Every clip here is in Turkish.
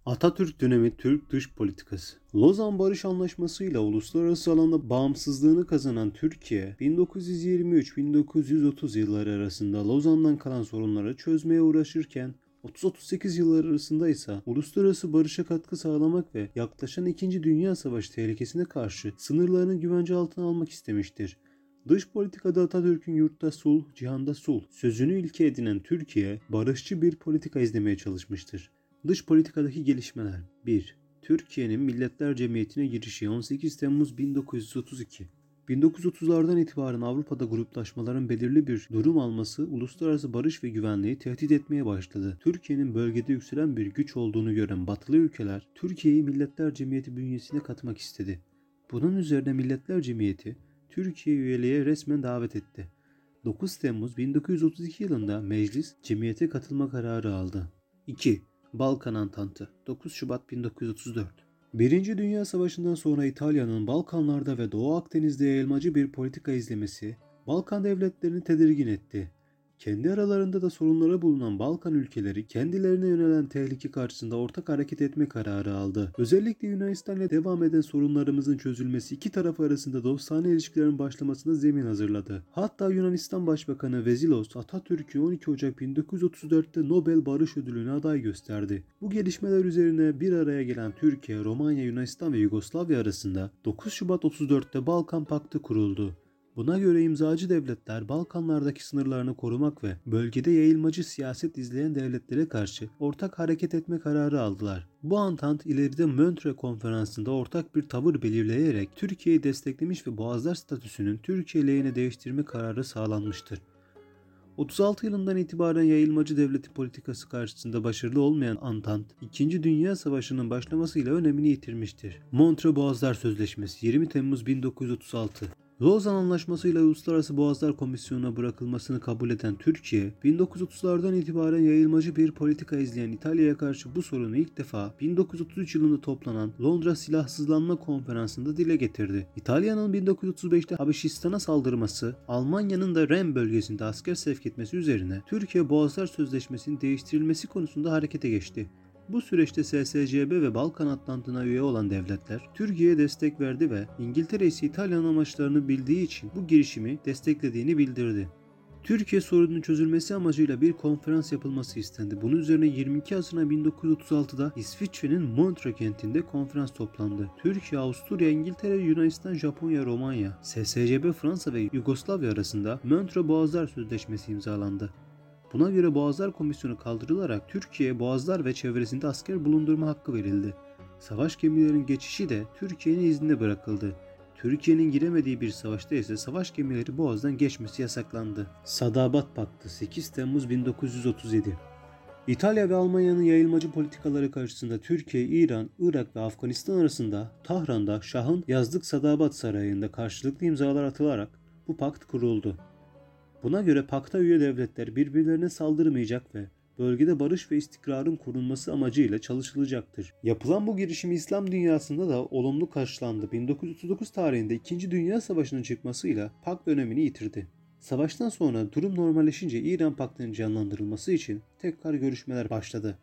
Atatürk dönemi Türk dış politikası. Lozan Barış Anlaşması ile uluslararası alanda bağımsızlığını kazanan Türkiye, 1923-1930 yılları arasında Lozan'dan kalan sorunları çözmeye uğraşırken, 30-38 yılları arasında ise uluslararası barışa katkı sağlamak ve yaklaşan 2. Dünya Savaşı tehlikesine karşı sınırlarını güvence altına almak istemiştir. Dış politikada Atatürk'ün yurtta sulh, cihanda sulh sözünü ilke edinen Türkiye, barışçı bir politika izlemeye çalışmıştır. Dış politikadaki gelişmeler 1. Türkiye'nin Milletler Cemiyeti'ne girişi 18 Temmuz 1932. 1930'lardan itibaren Avrupa'da gruplaşmaların belirli bir durum alması uluslararası barış ve güvenliği tehdit etmeye başladı. Türkiye'nin bölgede yükselen bir güç olduğunu gören batılı ülkeler Türkiye'yi Milletler Cemiyeti bünyesine katmak istedi. Bunun üzerine Milletler Cemiyeti Türkiye üyeliğe resmen davet etti. 9 Temmuz 1932 yılında meclis cemiyete katılma kararı aldı. 2. Balkan Antantı 9 Şubat 1934. Birinci Dünya Savaşı'ndan sonra İtalya'nın Balkanlarda ve Doğu Akdeniz'de yayılmacı bir politika izlemesi Balkan devletlerini tedirgin etti. Kendi aralarında da sorunları bulunan Balkan ülkeleri kendilerine yönelen tehlike karşısında ortak hareket etme kararı aldı. Özellikle Yunanistan'la devam eden sorunlarımızın çözülmesi iki taraf arasında dostane ilişkilerin başlamasına zemin hazırladı. Hatta Yunanistan Başbakanı Vezilos Atatürk'ü 12 Ocak 1934'te Nobel Barış Ödülü'ne aday gösterdi. Bu gelişmeler üzerine bir araya gelen Türkiye, Romanya, Yunanistan ve Yugoslavya arasında 9 Şubat 34'te Balkan Paktı kuruldu. Buna göre imzacı devletler Balkanlardaki sınırlarını korumak ve bölgede yayılmacı siyaset izleyen devletlere karşı ortak hareket etme kararı aldılar. Bu antant ileride Montreux Konferansı'nda ortak bir tavır belirleyerek Türkiye'yi desteklemiş ve Boğazlar statüsünün Türkiye lehine değiştirme kararı sağlanmıştır. 36 yılından itibaren yayılmacı devleti politikası karşısında başarılı olmayan Antant, 2. Dünya Savaşı'nın başlamasıyla önemini yitirmiştir. Montreux Boğazlar Sözleşmesi 20 Temmuz 1936. Lozan Anlaşması ile Uluslararası Boğazlar Komisyonu'na bırakılmasını kabul eden Türkiye, 1930'lardan itibaren yayılmacı bir politika izleyen İtalya'ya karşı bu sorunu ilk defa 1933 yılında toplanan Londra Silahsızlanma Konferansı'nda dile getirdi. İtalya'nın 1935'te Habeşistan'a saldırması, Almanya'nın da Ren bölgesinde asker sevk etmesi üzerine Türkiye Boğazlar Sözleşmesi'nin değiştirilmesi konusunda harekete geçti. Bu süreçte SSCB ve Balkan Atlantı'na üye olan devletler Türkiye'ye destek verdi ve İngiltere ise İtalya'nın amaçlarını bildiği için bu girişimi desteklediğini bildirdi. Türkiye sorununun çözülmesi amacıyla bir konferans yapılması istendi. Bunun üzerine 22 Haziran 1936'da İsviçre'nin Montreux kentinde konferans toplandı. Türkiye, Avusturya, İngiltere, Yunanistan, Japonya, Romanya, SSCB, Fransa ve Yugoslavya arasında Montreux Boğazlar Sözleşmesi imzalandı. Buna göre Boğazlar Komisyonu kaldırılarak Türkiye'ye Boğazlar ve çevresinde asker bulundurma hakkı verildi. Savaş gemilerinin geçişi de Türkiye'nin iznine bırakıldı. Türkiye'nin giremediği bir savaşta ise savaş gemileri Boğaz'dan geçmesi yasaklandı. Sadabat Paktı 8 Temmuz 1937. İtalya ve Almanya'nın yayılmacı politikaları karşısında Türkiye, İran, Irak ve Afganistan arasında Tahran'da Şah'ın Yazlık Sadabat Sarayı'nda karşılıklı imzalar atılarak bu pakt kuruldu. Buna göre pakta üye devletler birbirlerine saldırmayacak ve bölgede barış ve istikrarın korunması amacıyla çalışılacaktır. Yapılan bu girişim İslam dünyasında da olumlu karşılandı. 1939 tarihinde 2. Dünya Savaşı'nın çıkmasıyla pakt önemini yitirdi. Savaştan sonra durum normalleşince İran Paktı'nın canlandırılması için tekrar görüşmeler başladı.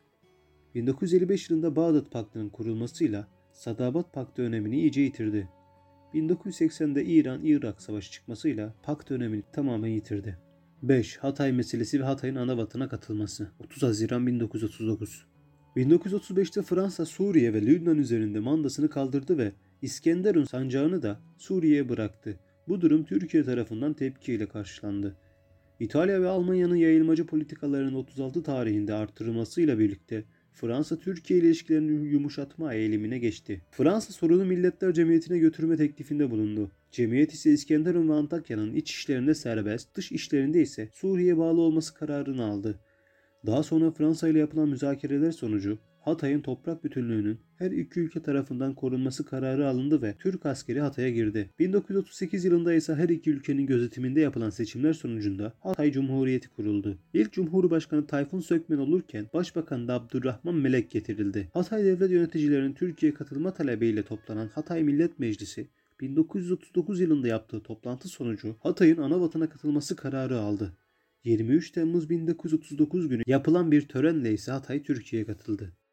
1955 yılında Bağdat Paktı'nın kurulmasıyla Sadabat Paktı önemini iyice yitirdi. 1980'de İran-Irak Savaşı çıkmasıyla pakt önemini tamamen yitirdi. 5. Hatay meselesi ve Hatay'ın anavatana katılması. 30 Haziran 1939. 1935'te Fransa Suriye ve Lübnan üzerinde mandasını kaldırdı ve İskenderun sancağını da Suriye'ye bıraktı. Bu durum Türkiye tarafından tepkiyle karşılandı. İtalya ve Almanya'nın yayılmacı politikalarının 36 tarihinde artırılmasıyla birlikte Fransa-Türkiye ilişkilerini yumuşatma eğilimine geçti. Fransa sorunu Milletler Cemiyeti'ne götürme teklifinde bulundu. Cemiyet ise İskenderun ve Antakya'nın iç işlerinde serbest, dış işlerinde ise Suriye'ye bağlı olması kararını aldı. Daha sonra Fransa ile yapılan müzakereler sonucu Hatay'ın toprak bütünlüğünün her iki ülke tarafından korunması kararı alındı ve Türk askeri Hatay'a girdi. 1938 yılında ise her iki ülkenin gözetiminde yapılan seçimler sonucunda Hatay Cumhuriyeti kuruldu. İlk Cumhurbaşkanı Tayfun Sökmen olurken Başbakan da Abdurrahman Melek getirildi. Hatay devlet yöneticilerinin Türkiye'ye katılma talebiyle toplanan Hatay Millet Meclisi 1939 yılında yaptığı toplantı sonucu Hatay'ın anavatana katılması kararı aldı. 23 Temmuz 1939 günü yapılan bir törenle ise Hatay Türkiye'ye katıldı.